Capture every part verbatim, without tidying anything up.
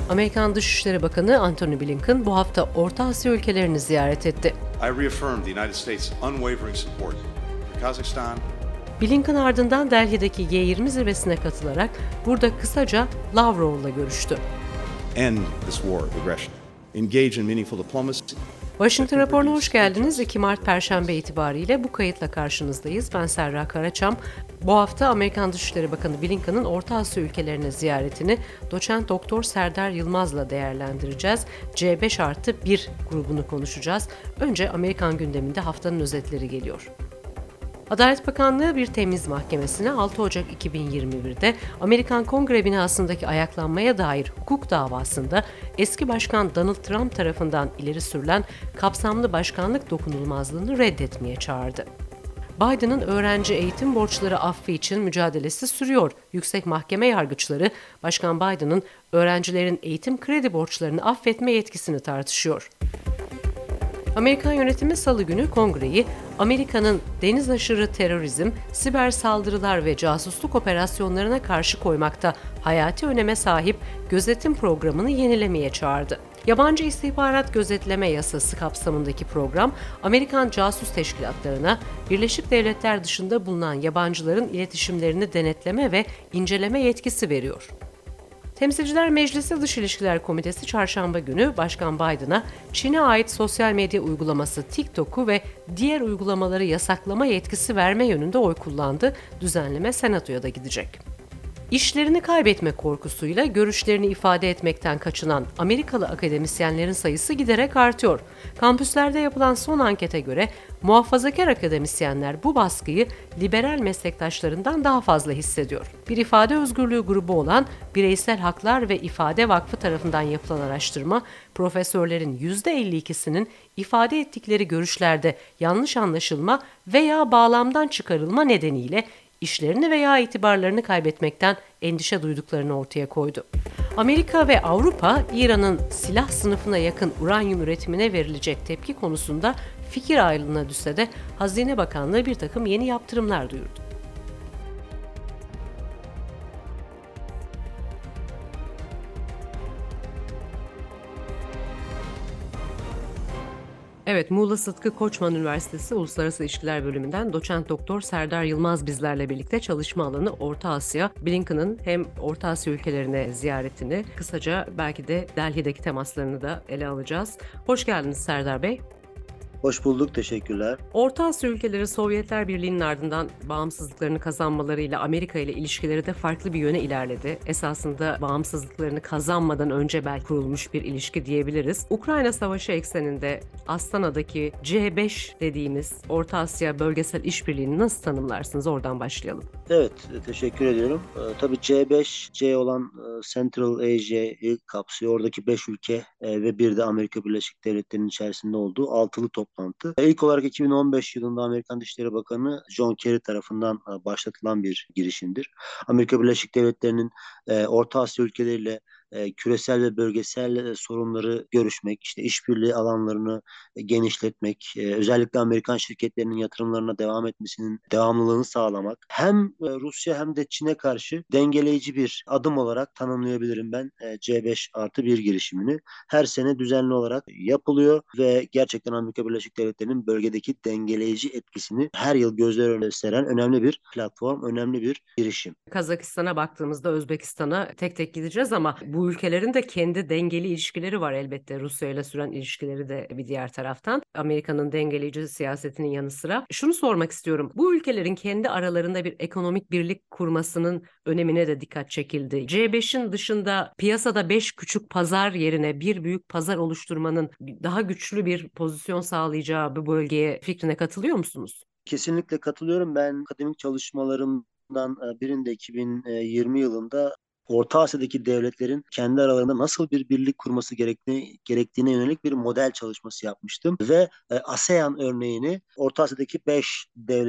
Amerikan Dışişleri Bakanı Antony Blinken bu hafta Orta Asya ülkelerini ziyaret etti. I reaffirm the United States' unwavering support for Kazakhstan. Blinken ardından Delhi'deki G yirmi zirvesine katılarak burada kısaca Lavrov'la görüştü. End this war of aggression. Engage in meaningful diplomacy. Washington Raporu'na hoş geldiniz. iki Mart Perşembe itibariyle bu kayıtla karşınızdayız. Ben Serra Karaçam. Bu hafta Amerikan Dışişleri Bakanı Blinken'ın Orta Asya ülkelerine ziyaretini doçent doktor Serdar Yılmaz'la değerlendireceğiz. C beş artı bir grubunu konuşacağız. Önce Amerikan gündeminde haftanın özetleri geliyor. Adalet Bakanlığı bir temiz mahkemesine altı Ocak iki bin yirmi birde Amerikan Kongre binasındaki ayaklanmaya dair hukuk davasında eski başkan Donald Trump tarafından ileri sürülen kapsamlı başkanlık dokunulmazlığını reddetmeye çağırdı. Biden'ın öğrenci eğitim borçları affı için mücadelesi sürüyor. Yüksek Mahkeme yargıçları Başkan Biden'ın öğrencilerin eğitim kredi borçlarını affetme yetkisini tartışıyor. Amerikan yönetimi Salı günü Kongre'yi Amerika'nın deniz aşırı terörizm, siber saldırılar ve casusluk operasyonlarına karşı koymakta hayati öneme sahip gözetim programını yenilemeye çağırdı. Yabancı İstihbarat Gözetleme Yasası kapsamındaki program, Amerikan casus teşkilatlarına Birleşik Devletler dışında bulunan yabancıların iletişimlerini denetleme ve inceleme yetkisi veriyor. Temsilciler Meclisi Dış İlişkiler Komitesi çarşamba günü Başkan Biden'a Çin'e ait sosyal medya uygulaması TikTok'u ve diğer uygulamaları yasaklama yetkisi verme yönünde oy kullandı. Düzenleme Senato'ya da gidecek. İşlerini kaybetme korkusuyla görüşlerini ifade etmekten kaçınan Amerikalı akademisyenlerin sayısı giderek artıyor. Kampüslerde yapılan son ankete göre muhafazakar akademisyenler bu baskıyı liberal meslektaşlarından daha fazla hissediyor. Bir ifade özgürlüğü grubu olan Bireysel Haklar ve İfade Vakfı tarafından yapılan araştırma, profesörlerin yüzde elli ikisinin ifade ettikleri görüşlerde yanlış anlaşılma veya bağlamdan çıkarılma nedeniyle işlerini veya itibarlarını kaybetmekten endişe duyduklarını ortaya koydu. Amerika ve Avrupa, İran'ın silah sınıfına yakın uranyum üretimine verilecek tepki konusunda fikir ayrılığına düşse de Hazine Bakanlığı bir takım yeni yaptırımlar duyurdu. Evet, Muğla Sıtkı Koçman Üniversitesi Uluslararası İlişkiler Bölümünden doçent doktor Serdar Yılmaz bizlerle birlikte çalışma alanı Orta Asya. Blinken'ın hem Orta Asya ülkelerine ziyaretini, kısaca belki de Delhi'deki temaslarını da ele alacağız. Hoş geldiniz Serdar Bey. Hoş bulduk, teşekkürler. Orta Asya ülkeleri Sovyetler Birliği'nin ardından bağımsızlıklarını kazanmalarıyla Amerika ile ilişkileri de farklı bir yöne ilerledi. Esasında bağımsızlıklarını kazanmadan önce belki kurulmuş bir ilişki diyebiliriz. Ukrayna Savaşı ekseninde Astana'daki C beş dediğimiz Orta Asya Bölgesel İşbirliği'ni nasıl tanımlarsınız? Oradan başlayalım. Evet, teşekkür ediyorum. Ee, tabii C beş, C olan e, Central Asia'yı kapsıyor. Oradaki beş ülke e, ve bir de Amerika Birleşik Devletleri'nin içerisinde olduğu altılı toplantı. E, ilk olarak iki bin on beş yılında Amerikan Dışişleri Bakanı John Kerry tarafından e, başlatılan bir girişimdir. Amerika Birleşik Devletleri'nin e, Orta Asya ülkeleriyle e, küresel ve bölgesel e, sorunları görüşmek, işte işbirliği alanlarını e, genişletmek, e, özellikle Amerikan şirketlerinin yatırımlarına devam etmesinin devamlılığını sağlamak, hem e, Rusya hem de Çin'e karşı dengeleyici bir adım olarak tanımlayabilirim ben e, C beş artı bir girişimini. Her sene düzenli olarak yapılıyor ve gerçekten Amerika Birleşik Devletleri'nin bölgedeki dengeleyici etkisini her yıl gözler önüne seren önemli bir platform, önemli bir girişim. Kazakistan'a baktığımızda Özbekistan'a tek tek gideceğiz ama bu ülkelerin de kendi dengeli ilişkileri var elbette. Rusya ile süren ilişkileri de bir diğer taraftan. Amerika'nın dengeleyici siyasetinin yanı sıra. Şunu sormak istiyorum. Bu ülkelerin kendi aralarında bir ekonomik birlik kurmasının önemine de dikkat çekildi. C beşin dışında piyasada beş küçük pazar yerine bir büyük pazar oluşturmanın daha güçlü bir pozisyon sağlayacağı bu bölgeye fikrine katılıyor musunuz? Kesinlikle katılıyorum. Ben akademik çalışmalarımdan birinde iki bin yirmi yılında Orta Asya'daki devletlerin kendi aralarında nasıl bir birlik kurması gerektiğine, gerektiğine yönelik bir model çalışması yapmıştım. Ve e, ASEAN örneğini Orta Asya'daki beş devlete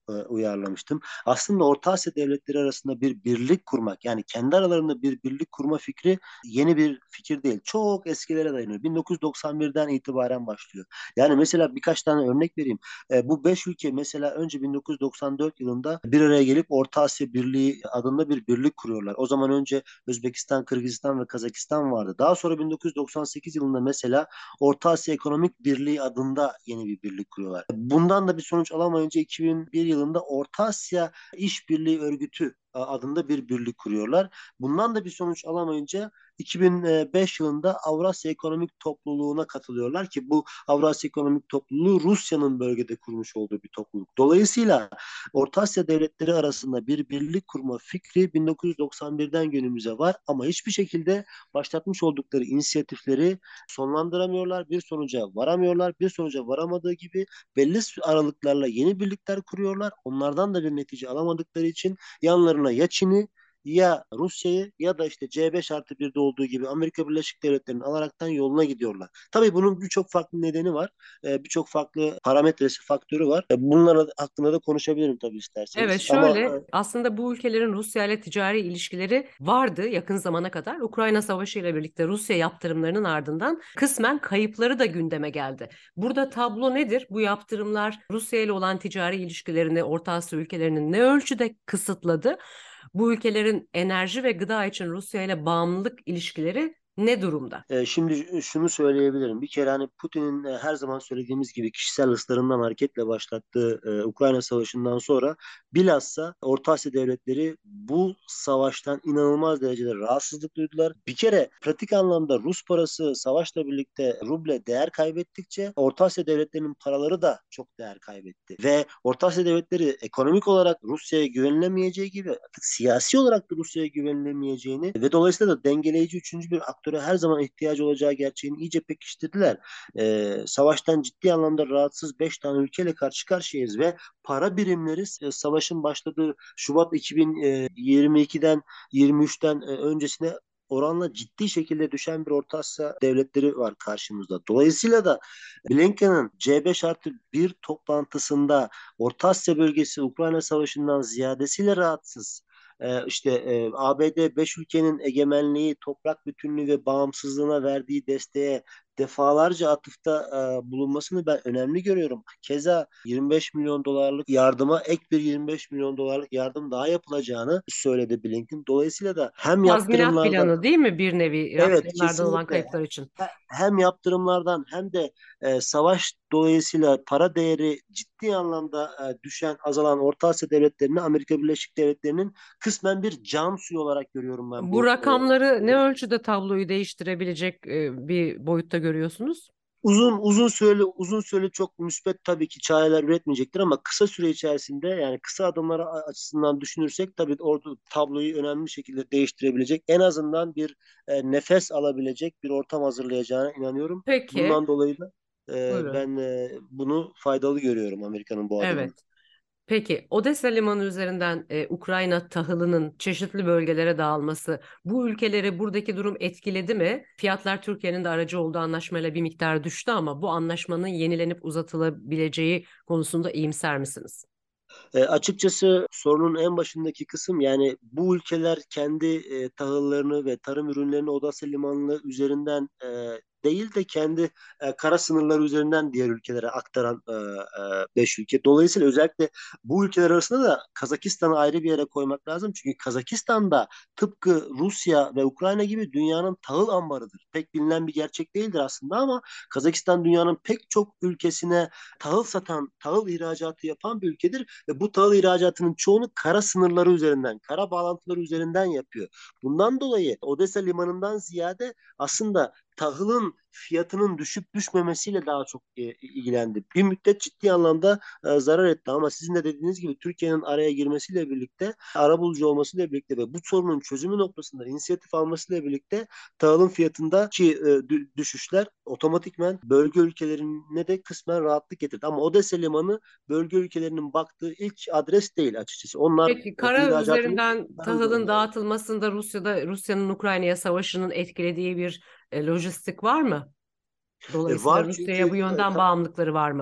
e, uyarlamıştım. Aslında Orta Asya devletleri arasında bir birlik kurmak, yani kendi aralarında bir birlik kurma fikri yeni bir fikir değil. Çok eskilere dayanıyor. bin dokuz yüz doksan birden itibaren başlıyor. Yani mesela birkaç tane örnek vereyim. E, bu beş ülke mesela önce bin dokuz yüz doksan dört yılında bir araya gelip Orta Asya Birliği adında bir birlik kuruyorlar. O zaman önce Özbekistan, Kırgızistan ve Kazakistan vardı. Daha sonra bin dokuz yüz doksan sekiz yılında mesela Orta Asya Ekonomik Birliği adında yeni bir birlik kuruyorlar. Bundan da bir sonuç alamayınca iki bin bir yılında Orta Asya İşbirliği Örgütü adında bir birlik kuruyorlar. Bundan da bir sonuç alamayınca iki bin beş yılında Avrasya Ekonomik Topluluğu'na katılıyorlar ki bu Avrasya Ekonomik Topluluğu Rusya'nın bölgede kurmuş olduğu bir topluluk. Dolayısıyla Orta Asya devletleri arasında bir birlik kurma fikri bin dokuz yüz doksan birden günümüze var ama hiçbir şekilde başlatmış oldukları inisiyatifleri sonlandıramıyorlar, bir sonuca varamıyorlar. Bir sonuca varamadığı gibi belli aralıklarla yeni birlikler kuruyorlar. Onlardan da bir netice alamadıkları için yanlarına ya Çin'i ya Rusya'yı ya da işte C beş artı birde olduğu gibi Amerika Birleşik Devletleri'ni alaraktan yoluna gidiyorlar. Tabii bunun birçok farklı nedeni var. Ee, birçok farklı parametresi, faktörü var. Ee, bunlar hakkında da konuşabilirim tabii Evet, isterseniz. Ama şöyle aslında bu ülkelerin Rusya ile ticari ilişkileri vardı yakın zamana kadar. Ukrayna Savaşı ile birlikte Rusya yaptırımlarının ardından kısmen kayıpları da gündeme geldi. Burada tablo nedir? Bu yaptırımlar Rusya ile olan ticari ilişkilerini Orta Asya ülkelerinin ne ölçüde kısıtladı? Bu ülkelerin enerji ve gıda için Rusya ile bağımlılık ilişkileri ne durumda? E, şimdi şunu söyleyebilirim. Bir kere hani Putin'in e, her zaman söylediğimiz gibi kişisel hırslarından hareketle başlattığı e, Ukrayna Savaşı'ndan sonra bilhassa Orta Asya devletleri bu savaştan inanılmaz derecede rahatsızlık duydular. Bir kere pratik anlamda Rus parası savaşla birlikte ruble değer kaybettikçe Orta Asya devletlerinin paraları da çok değer kaybetti. Ve Orta Asya devletleri ekonomik olarak Rusya'ya güvenilemeyeceği gibi artık siyasi olarak da Rusya'ya güvenilemeyeceğini ve dolayısıyla da dengeleyici üçüncü bir aktöre her zaman ihtiyacı olacağı gerçeğini iyice pekiştirdiler. Ee, savaştan ciddi anlamda rahatsız beş tane ülkeyle karşı karşıyayız ve para birimleri e, savaşın başladığı Şubat iki bin yirmi ikiden yirmi üçten e, öncesine oranla ciddi şekilde düşen bir Orta Asya devletleri var karşımızda. Dolayısıyla da Blinken'ın C beş artı bir toplantısında Orta Asya bölgesi Ukrayna Savaşı'ndan ziyadesiyle rahatsız. Ee, işte e, A B D beş ülkenin egemenliği, toprak bütünlüğü ve bağımsızlığına verdiği desteğe defalarca atıfta e, bulunmasını ben önemli görüyorum. Keza yirmi beş milyon dolarlık yardıma ek bir yirmi beş milyon dolarlık yardım daha yapılacağını söyledi Blinken. Dolayısıyla da hem Tazminat yaptırımlardan planı değil mi bir nevi evet yaptırımlardan olan kesinlikle kayıplar için? hem yaptırımlardan hem de e, savaş dolayısıyla para değeri ciddi anlamda e, düşen, azalan Orta Asya devletlerini Amerika Birleşik Devletleri'nin kısmen bir can suyu olarak görüyorum ben Bu bu. E, rakamları ne ölçüde tabloyu değiştirebilecek e, bir boyutta görüyorsunuz? uzun uzun süreli uzun süreli çok müspet tabii ki çareler üretmeyecektir ama kısa süre içerisinde yani kısa adımlar açısından düşünürsek tabii orada tabloyu önemli bir şekilde değiştirebilecek en azından bir e, nefes alabilecek bir ortam hazırlayacağına inanıyorum. Peki, Bundan dolayı da e, buyurun. ben e, bunu faydalı görüyorum Amerika'nın bu adımını. Evet. Peki, Odessa limanı üzerinden e, Ukrayna tahılının çeşitli bölgelere dağılması bu ülkeleri buradaki durum etkiledi mi? Fiyatlar Türkiye'nin de aracı olduğu anlaşmayla bir miktar düştü ama bu anlaşmanın yenilenip uzatılabileceği konusunda iyimser misiniz? E, açıkçası sorunun en başındaki kısım yani bu ülkeler kendi e, tahıllarını ve tarım ürünlerini Odessa limanı üzerinden e, değil de kendi e, kara sınırları üzerinden diğer ülkelere aktaran e, e, beş ülke. Dolayısıyla özellikle bu ülkeler arasında da Kazakistan'ı ayrı bir yere koymak lazım. Çünkü Kazakistan da tıpkı Rusya ve Ukrayna gibi dünyanın tahıl ambarıdır. Pek bilinen bir gerçek değildir aslında ama Kazakistan dünyanın pek çok ülkesine tahıl satan, tahıl ihracatı yapan bir ülkedir ve bu tahıl ihracatının çoğunu kara sınırları üzerinden, kara bağlantıları üzerinden yapıyor. Bundan dolayı Odessa limanından ziyade aslında tahılın fiyatının düşüp düşmemesiyle daha çok e, ilgilendi. Bir müddet ciddi anlamda e, zarar etti ama sizin de dediğiniz gibi Türkiye'nin araya girmesiyle birlikte, arabulucu olmasıyla birlikte ve bu sorunun çözümü noktasında inisiyatif almasıyla birlikte tahılın fiyatındaki e, düşüşler otomatikmen bölge ülkelerine de kısmen rahatlık getirdi. Ama Odessa limanı bölge ülkelerinin baktığı ilk adres değil açıkçası. Onlar Peki, e, kara ihracatını üzerinden tahıl tahılın üzerinden. dağıtılmasında Rusya'da Rusya'nın Ukrayna'ya savaşının etkilediği bir e, lojistik var mı? E, Dolayısıyla var çünkü Rusya'ya bu e, yönden ta- bağımlılıkları var mı?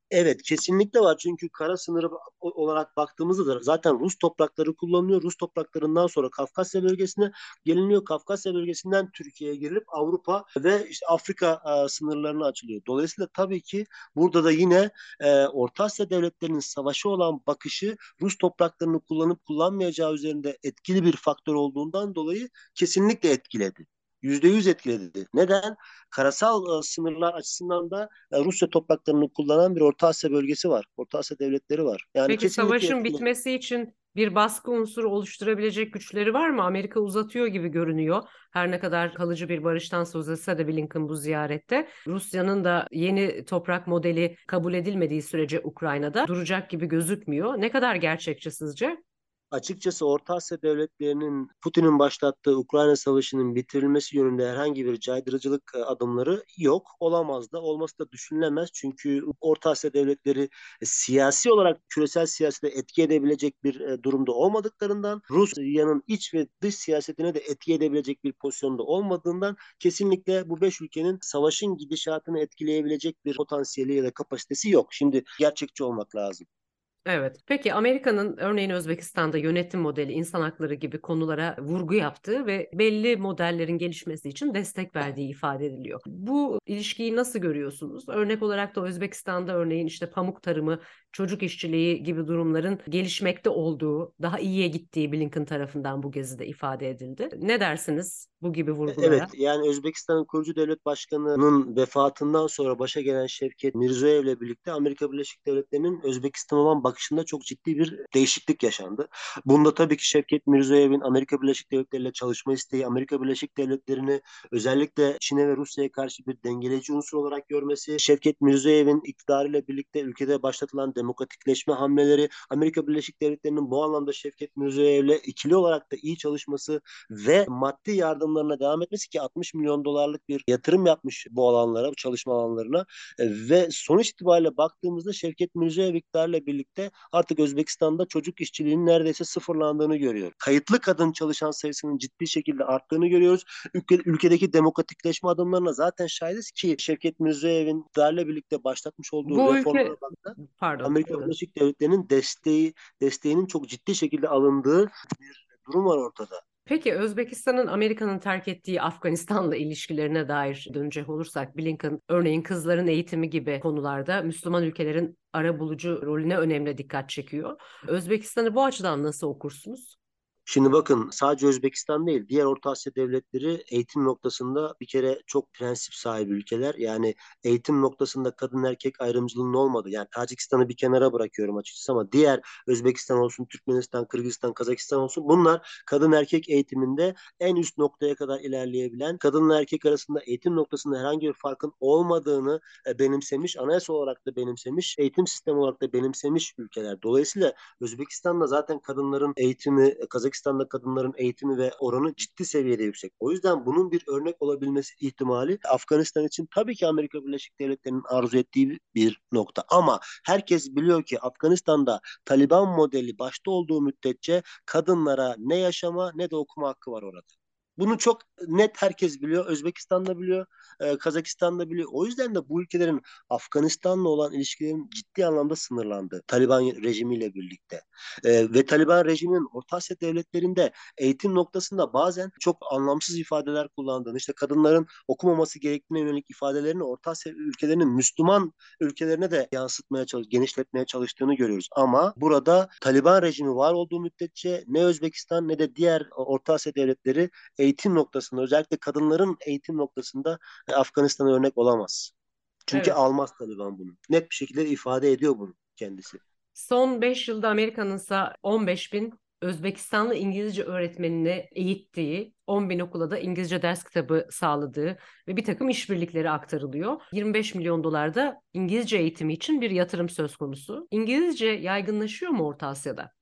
Evet, kesinlikle var. Çünkü kara sınırı olarak baktığımızda da zaten Rus toprakları kullanılıyor. Rus topraklarından sonra Kafkasya bölgesine geliniyor. Kafkasya bölgesinden Türkiye'ye girilip Avrupa ve işte Afrika e, sınırlarına açılıyor. Dolayısıyla tabii ki burada da yine e, Orta Asya devletlerinin savaşı olan bakışı Rus topraklarını kullanıp kullanmayacağı üzerinde etkili bir faktör olduğundan dolayı kesinlikle etkiledi. Yüzde yüz etkiledi. Neden? Karasal e, sınırlar açısından da e, Rusya topraklarını kullanan bir Orta Asya bölgesi var. Orta Asya devletleri var. Yani Peki kesinlikle savaşın etkiledi. bitmesi için bir baskı unsuru oluşturabilecek güçleri var mı? Amerika uzatıyor gibi görünüyor. Her ne kadar kalıcı bir barıştan söz etse de Blinken bu ziyarette. Rusya'nın da yeni toprak modeli kabul edilmediği sürece Ukrayna'da duracak gibi gözükmüyor. Ne kadar gerçekçi sizce? Açıkçası Orta Asya devletlerinin Putin'in başlattığı Ukrayna Savaşı'nın bitirilmesi yönünde herhangi bir caydırıcılık e, adımları yok. Olamaz da, olması da düşünülemez. Çünkü Orta Asya devletleri e, siyasi olarak küresel siyasete etki edebilecek bir e, durumda olmadıklarından, Rusya'nın iç ve dış siyasetine de etki edebilecek bir pozisyonda olmadığından kesinlikle bu beş ülkenin savaşın gidişatını etkileyebilecek bir potansiyeli ya da kapasitesi yok. Şimdi gerçekçi olmak lazım. Evet. Peki Amerika'nın örneğin Özbekistan'da yönetim modeli, insan hakları gibi konulara vurgu yaptığı ve belli modellerin gelişmesi için destek verdiği ifade ediliyor. Bu ilişkiyi nasıl görüyorsunuz? Örnek olarak da Özbekistan'da örneğin işte pamuk tarımı, çocuk işçiliği gibi durumların gelişmekte olduğu, daha iyiye gittiği Blinken tarafından bu gezide ifade edildi. Ne dersiniz bu gibi Evet, vurgulara? yani Özbekistan'ın kurucu devlet başkanının vefatından sonra başa gelen Şevket Mirziyoyev'le birlikte Amerika Birleşik Devletleri'nin Özbekistan olan bakışında çok ciddi bir değişiklik yaşandı. Bunda tabii ki Şevket Mirziyoyev'in Amerika Birleşik Devletleri ile çalışma isteği, Amerika Birleşik Devletleri'ni özellikle Çin'e ve Rusya'ya karşı bir dengeleyici unsur olarak görmesi, Şevket Mirziyoyev'in iktidarıyla birlikte ülkede başlatılan demokratikleşme hamleleri, Amerika Birleşik Devletleri'nin bu anlamda Şevket Mirziyoyev'le ikili olarak da iyi çalışması ve maddi yardımlarına devam etmesi ki altmış milyon dolarlık bir yatırım yapmış bu alanlara, bu çalışma alanlarına. E, ve sonuç itibariyle baktığımızda Şevket Mirziyoyev iktidarla birlikte artık Özbekistan'da çocuk işçiliğinin neredeyse sıfırlandığını görüyor. Kayıtlı kadın çalışan sayısının ciddi şekilde arttığını görüyoruz. Ülke, ülkedeki demokratikleşme adımlarına zaten şahidiz ki Şevket Mirziyoyev'in iktidarla birlikte başlatmış olduğu Bu reformlara ülke, baktığında pardon, Amerika buyurun. Birleşik Devletleri'nin desteği desteğinin çok ciddi şekilde alındığı bir durum var ortada. Peki Özbekistan'ın Amerika'nın terk ettiği Afganistan'la ilişkilerine dair dönecek olursak Blinken örneğin kızların eğitimi gibi konularda Müslüman ülkelerin arabulucu rolüne önemli dikkat çekiyor. Özbekistan'ı bu açıdan nasıl okursunuz? Şimdi bakın sadece Özbekistan değil, diğer Orta Asya devletleri eğitim noktasında bir kere çok prensip sahibi ülkeler. Yani eğitim noktasında kadın erkek ayrımcılığının olmadı. Yani Tacikistan'ı bir kenara bırakıyorum açıkçası ama diğer Özbekistan olsun, Türkmenistan, Kırgızistan, Kazakistan olsun bunlar kadın erkek eğitiminde en üst noktaya kadar ilerleyebilen, kadınla erkek arasında eğitim noktasında herhangi bir farkın olmadığını e, benimsemiş, anayasa olarak da benimsemiş, eğitim sistemi olarak da benimsemiş ülkeler. Dolayısıyla Özbekistan'da zaten kadınların eğitimi, Kazakistan'da kadınların eğitimi ve oranı ciddi seviyede yüksek. O yüzden bunun bir örnek olabilmesi ihtimali Afganistan için tabii ki Amerika Birleşik Devletleri'nin arzu ettiği bir nokta. Ama herkes biliyor ki Afganistan'da Taliban modeli başta olduğu müddetçe kadınlara ne yaşama ne de okuma hakkı var orada. Bunu çok net herkes biliyor. Özbekistan da biliyor, e, Kazakistan da biliyor. O yüzden de bu ülkelerin Afganistan'la olan ilişkilerin ciddi anlamda sınırlandı. Taliban rejimiyle birlikte. E, ve Taliban rejiminin Orta Asya devletlerinde eğitim noktasında bazen çok anlamsız ifadeler kullandığını, işte kadınların okumaması gerektiğine yönelik ifadelerini Orta Asya ülkelerinin Müslüman ülkelerine de yansıtmaya çalış, genişletmeye çalıştığını görüyoruz. Ama burada Taliban rejimi var olduğu müddetçe ne Özbekistan ne de diğer Orta Asya devletleri eğitim noktasında özellikle kadınların eğitim noktasında e, Afganistan'a örnek olamaz. Çünkü Evet. almaz Taliban bunu. Net bir şekilde ifade ediyor bunu kendisi. Son beş yılda Amerika'nın ise on beş bin Özbekistanlı İngilizce öğretmenini eğittiği, on bin okula da İngilizce ders kitabı sağladığı ve bir takım işbirlikleri aktarılıyor. yirmi beş milyon dolar da İngilizce eğitimi için bir yatırım söz konusu. İngilizce yaygınlaşıyor mu Orta Asya'da?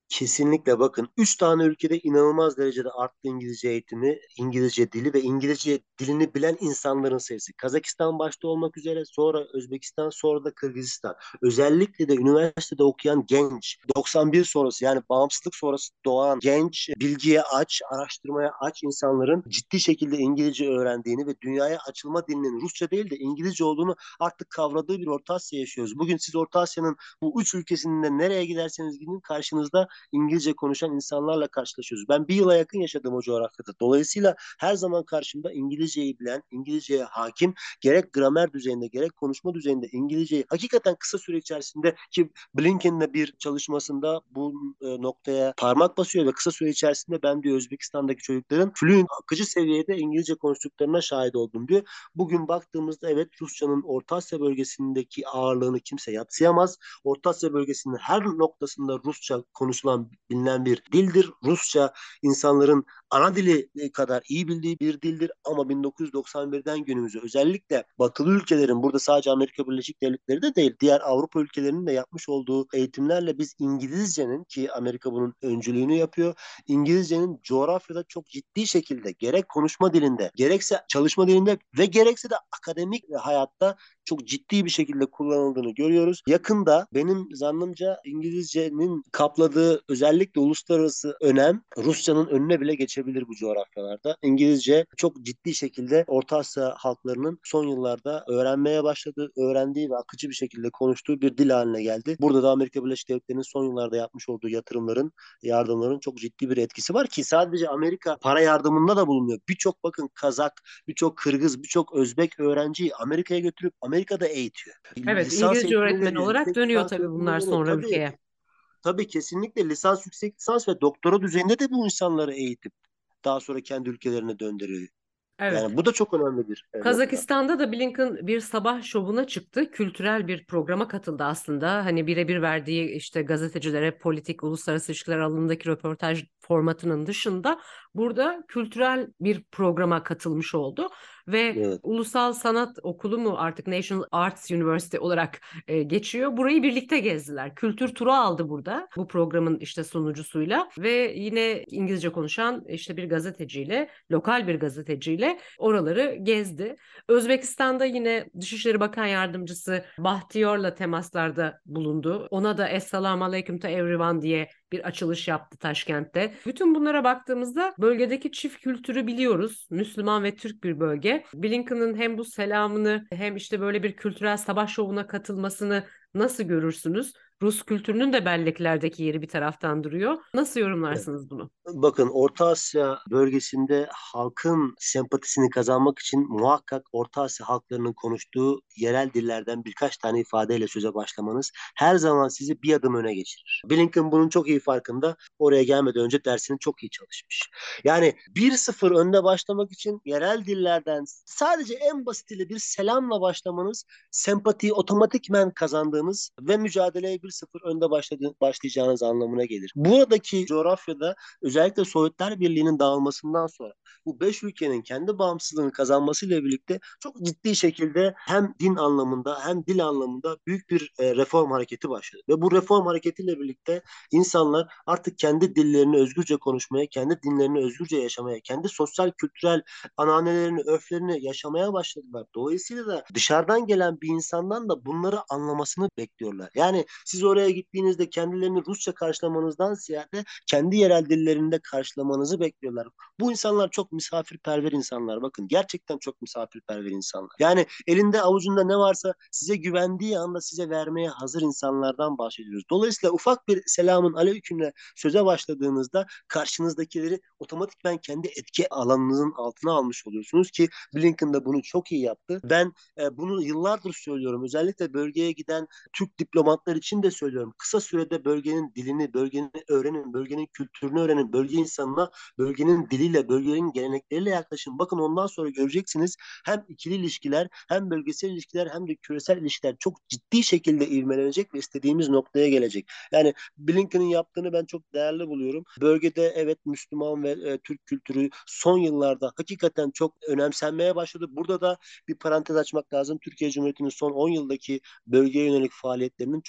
Kesinlikle bakın. Üç tane ülkede inanılmaz derecede arttı İngilizce eğitimi, İngilizce dili ve İngilizce dilini bilen insanların sayısı. Kazakistan başta olmak üzere, sonra Özbekistan, sonra da Kırgızistan. Özellikle de üniversitede okuyan genç, doksan bir sonrası yani bağımsızlık sonrası doğan genç, bilgiye aç, araştırmaya aç insanların ciddi şekilde İngilizce öğrendiğini ve dünyaya açılma dilinin Rusça değil de İngilizce olduğunu artık kavradığı bir Orta Asya yaşıyoruz. Bugün siz Orta Asya'nın bu üç ülkesinde nereye giderseniz gidin karşınızda İngilizce konuşan insanlarla karşılaşıyoruz. Ben bir yıla yakın yaşadım o coğrafyada. Dolayısıyla her zaman karşımda İngilizceyi bilen, İngilizceye hakim, gerek gramer düzeyinde gerek konuşma düzeyinde İngilizceyi hakikaten kısa süre içerisinde, ki Blinken'le bir çalışmasında bu e, noktaya parmak basıyor ve kısa süre içerisinde ben diyor Özbekistan'daki çocukların fluent, akıcı seviyede İngilizce konuştuklarına şahit oldum diyor. Bugün baktığımızda evet, Rusçanın Orta Asya bölgesindeki ağırlığını kimse yadsıyamaz. Orta Asya bölgesinin her noktasında Rusça konuşulan, bilinen bir dildir. Rusça insanların ana dili kadar iyi bildiği bir dildir ama bin dokuz yüz doksan birden günümüze özellikle batılı ülkelerin, burada sadece Amerika Birleşik Devletleri de değil, diğer Avrupa ülkelerinin de yapmış olduğu eğitimlerle biz İngilizcenin, ki Amerika bunun öncülüğünü yapıyor, İngilizcenin coğrafyada çok ciddi şekilde gerek konuşma dilinde, gerekse çalışma dilinde ve gerekse de akademik hayatta çok ciddi bir şekilde kullanıldığını görüyoruz. Yakında benim zannımca İngilizcenin kapladığı özellikle uluslararası önem Rusçanın önüne bile geçebilir bu coğrafyalarda. İngilizce çok ciddi şekilde Orta Asya halklarının son yıllarda öğrenmeye başladığı, öğrendiği ve akıcı bir şekilde konuştuğu bir dil haline geldi. Burada da Amerika Birleşik Devletleri'nin son yıllarda yapmış olduğu yatırımların, yardımların çok ciddi bir etkisi var ki sadece Amerika para yardımında da bulunuyor. Birçok bakın Kazak, birçok Kırgız, birçok Özbek öğrenciyi Amerika'ya götürüp Amerika'da eğitiyor. Evet, Lisans İngilizce eğitimi öğretmeni veriyor, olarak yüksek dönüyor lisans tabii eğitimi bunlar veriyor. sonra Tabii, ülkeye. tabii kesinlikle lisans, yüksek lisans ve doktora düzeyinde de bu insanları eğitip daha sonra kendi ülkelerine döndürüyor. Evet. Yani bu da çok önemli bir e, nokta. Kazakistan'da da Blinken bir sabah şovuna çıktı. Kültürel bir programa katıldı aslında. Hani birebir verdiği işte gazetecilere politik, uluslararası ilişkiler alanındaki röportaj formatının dışında burada kültürel bir programa katılmış oldu. Ve Evet. Ulusal Sanat Okulu mu artık National Arts University olarak e, geçiyor. Burayı birlikte gezdiler. Kültür turu aldı burada bu programın işte sunucusuyla ve yine İngilizce konuşan işte bir gazeteciyle, lokal bir gazeteciyle oraları gezdi. Özbekistan'da yine Dışişleri Bakan Yardımcısı Bahtiyor'la temaslarda bulundu. Ona da Esselamu Aleyküm to everyone diye bir açılış yaptı Taşkent'te. Bütün bunlara baktığımızda bölgedeki çift kültürü biliyoruz. Müslüman ve Türk bir bölge. Blinken'ın hem bu selamını hem işte böyle bir kültürel sabah şovuna katılmasını nasıl görürsünüz? Rus kültürünün de belleklerdeki yeri bir taraftan duruyor. Nasıl Evet. yorumlarsınız bunu? Bakın, Orta Asya bölgesinde halkın sempatisini kazanmak için muhakkak Orta Asya halklarının konuştuğu yerel dillerden birkaç tane ifadeyle söze başlamanız her zaman sizi bir adım öne geçirir. Blinken bunun çok iyi farkında. Oraya gelmeden önce dersini çok iyi çalışmış. Yani bir sıfır önde başlamak için yerel dillerden sadece en basitiyle bir selamla başlamanız sempatiyi otomatikmen kazandığınız ve mücadeleye bir sıfır önde başladı, başlayacağınız anlamına gelir. Buradaki coğrafyada özellikle Sovyetler Birliği'nin dağılmasından sonra bu beş ülkenin kendi bağımsızlığını kazanmasıyla birlikte çok ciddi şekilde hem din anlamında hem dil anlamında büyük bir e, reform hareketi başladı. Ve bu reform hareketiyle birlikte insanlar artık kendi dillerini özgürce konuşmaya, kendi dinlerini özgürce yaşamaya, kendi sosyal kültürel ananelerini, örflerini yaşamaya başladılar. Dolayısıyla da dışarıdan gelen bir insandan da bunları anlamasını bekliyorlar. Yani siz oraya gittiğinizde kendilerini Rusça karşılamanızdan ziyade kendi yerel dillerinde karşılamanızı bekliyorlar. Bu insanlar çok misafirperver insanlar. Bakın, gerçekten çok misafirperver insanlar. Yani elinde avucunda ne varsa size güvendiği anda size vermeye hazır insanlardan bahsediyoruz. Dolayısıyla ufak bir selamun aleykümle söze başladığınızda karşınızdakileri otomatikman kendi etki alanınızın altına almış oluyorsunuz ki Blinken de bunu çok iyi yaptı. Ben e, bunu yıllardır söylüyorum. Özellikle bölgeye giden Türk diplomatlar için de söylüyorum. Kısa sürede bölgenin dilini, bölgenin öğrenin, bölgenin kültürünü öğrenin, bölge insanına bölgenin diliyle, bölgenin gelenekleriyle yaklaşın. Bakın, ondan sonra göreceksiniz hem ikili ilişkiler, hem bölgesel ilişkiler, hem de küresel ilişkiler çok ciddi şekilde ivmelenecek ve istediğimiz noktaya gelecek. Yani Blinken'ın yaptığını ben çok değerli buluyorum. Bölgede evet, Müslüman ve e, Türk kültürü son yıllarda hakikaten çok önemsenmeye başladı. Burada da bir parantez açmak lazım. Türkiye Cumhuriyeti'nin son on yıldaki bölgeye yönelik faaliyetlerinin çok ciddi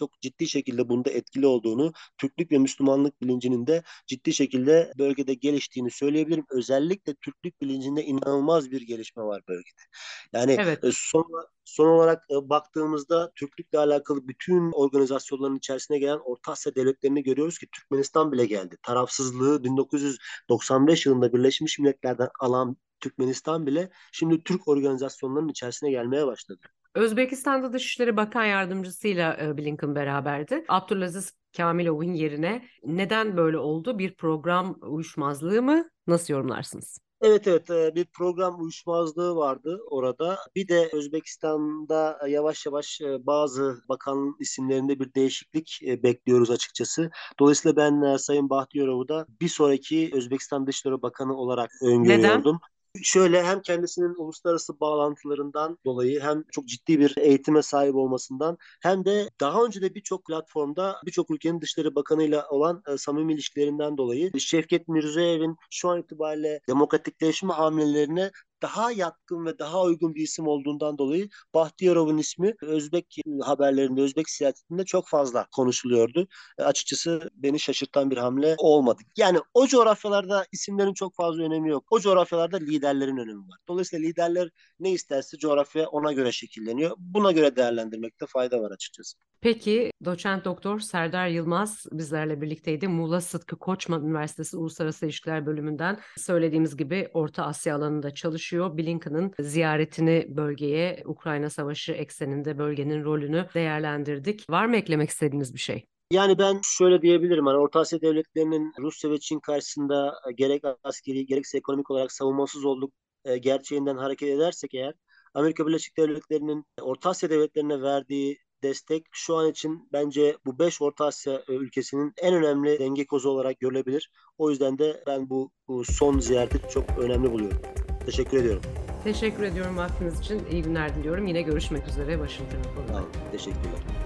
ciddi şekilde bunda etkili olduğunu, Türklük ve Müslümanlık bilincinin de ciddi şekilde bölgede geliştiğini söyleyebilirim. Özellikle Türklük bilincinde inanılmaz bir gelişme var bölgede. Yani Evet. e, son, son olarak e, baktığımızda Türklükle alakalı bütün organizasyonların içerisine gelen Orta Asya devletlerini görüyoruz ki Türkmenistan bile geldi. Tarafsızlığı bin dokuz yüz doksan beş yılında Birleşmiş Milletler'den alan Türkmenistan bile şimdi Türk organizasyonlarının içerisine gelmeye başladı. Özbekistan'da Dışişleri Bakan Yardımcısıyla e, Blinken beraberdi. Abdülaziz Kamilov'un yerine neden böyle oldu? Bir program uyuşmazlığı mı? Nasıl yorumlarsınız? Evet evet e, bir program uyuşmazlığı vardı orada. Bir de Özbekistan'da e, yavaş yavaş e, bazı bakan isimlerinde bir değişiklik e, bekliyoruz açıkçası. Dolayısıyla ben e, Sayın Bahtiyorov'u da bir sonraki Özbekistan Dışişleri Bakanı olarak Neden? öngörüyordum. Şöyle hem kendisinin uluslararası bağlantılarından dolayı hem çok ciddi bir eğitime sahip olmasından hem de daha önce de birçok platformda birçok ülkenin Dışişleri Bakanı'yla olan e, samimi ilişkilerinden dolayı Şevket Mirziyoyev'in şu an itibariyle demokratikleşme hamlelerine daha yatkın ve daha uygun bir isim olduğundan dolayı Bahtiyarov'un ismi Özbek haberlerinde, Özbek siyasetinde çok fazla konuşuluyordu. E, açıkçası beni şaşırtan bir hamle olmadı. Yani o coğrafyalarda isimlerin çok fazla önemi yok. O coğrafyalarda liderlerin önemi var. Dolayısıyla liderler ne isterse coğrafya ona göre şekilleniyor. Buna göre değerlendirmekte fayda var açıkçası. Peki doçent doktor Serdar Yılmaz bizlerle birlikteydi. Muğla Sıtkı Koçman Üniversitesi Uluslararası İlişkiler Bölümünden söylediğimiz gibi Orta Asya alanında çalışıyor. Blinken'ın ziyaretini bölgeye, Ukrayna Savaşı ekseninde bölgenin rolünü değerlendirdik. Var mı eklemek istediğiniz bir şey? Yani ben şöyle diyebilirim. Hani Orta Asya devletlerinin Rusya ve Çin karşısında e, gerek askeri gerekse ekonomik olarak savunmasız olduk e, gerçeğinden hareket edersek eğer Amerika Birleşik Devletleri'nin Orta Asya devletlerine verdiği destek şu an için bence bu beş Orta Asya e, ülkesinin en önemli denge kozu olarak görülebilir. O yüzden de ben bu, bu son ziyareti çok önemli buluyorum. Teşekkür ediyorum. Teşekkür ediyorum vaktiniz için. İyi günler diliyorum. Yine görüşmek üzere Washington. Sağ olun. Teşekkürler.